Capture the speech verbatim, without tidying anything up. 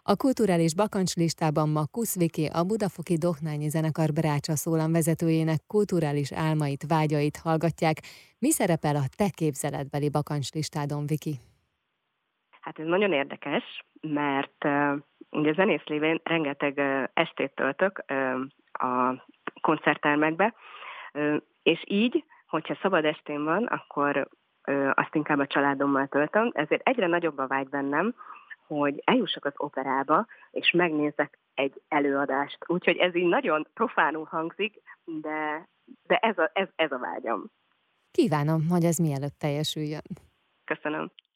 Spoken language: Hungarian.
A kulturális bakancslistában ma Kusz Viki, a Budafoki Dohnányi Zenekar Brácsa szólam vezetőjének kulturális álmait, vágyait hallgatják. Mi szerepel a te képzeletbeli bakancslistádon, Viki? Hát ez nagyon érdekes, mert uh, ugye zenész lévén rengeteg uh, estét töltök uh, a koncerttermekbe, uh, és így, hogyha szabad estém van, akkor uh, azt inkább a családommal töltöm, ezért egyre nagyobb a vágy bennem, hogy eljussak az operába, és megnézzek egy előadást. Úgyhogy ez így nagyon profánul hangzik, de, de ez, a, ez, ez a vágyam. Kívánom, hogy ez mielőbb teljesüljön. Köszönöm.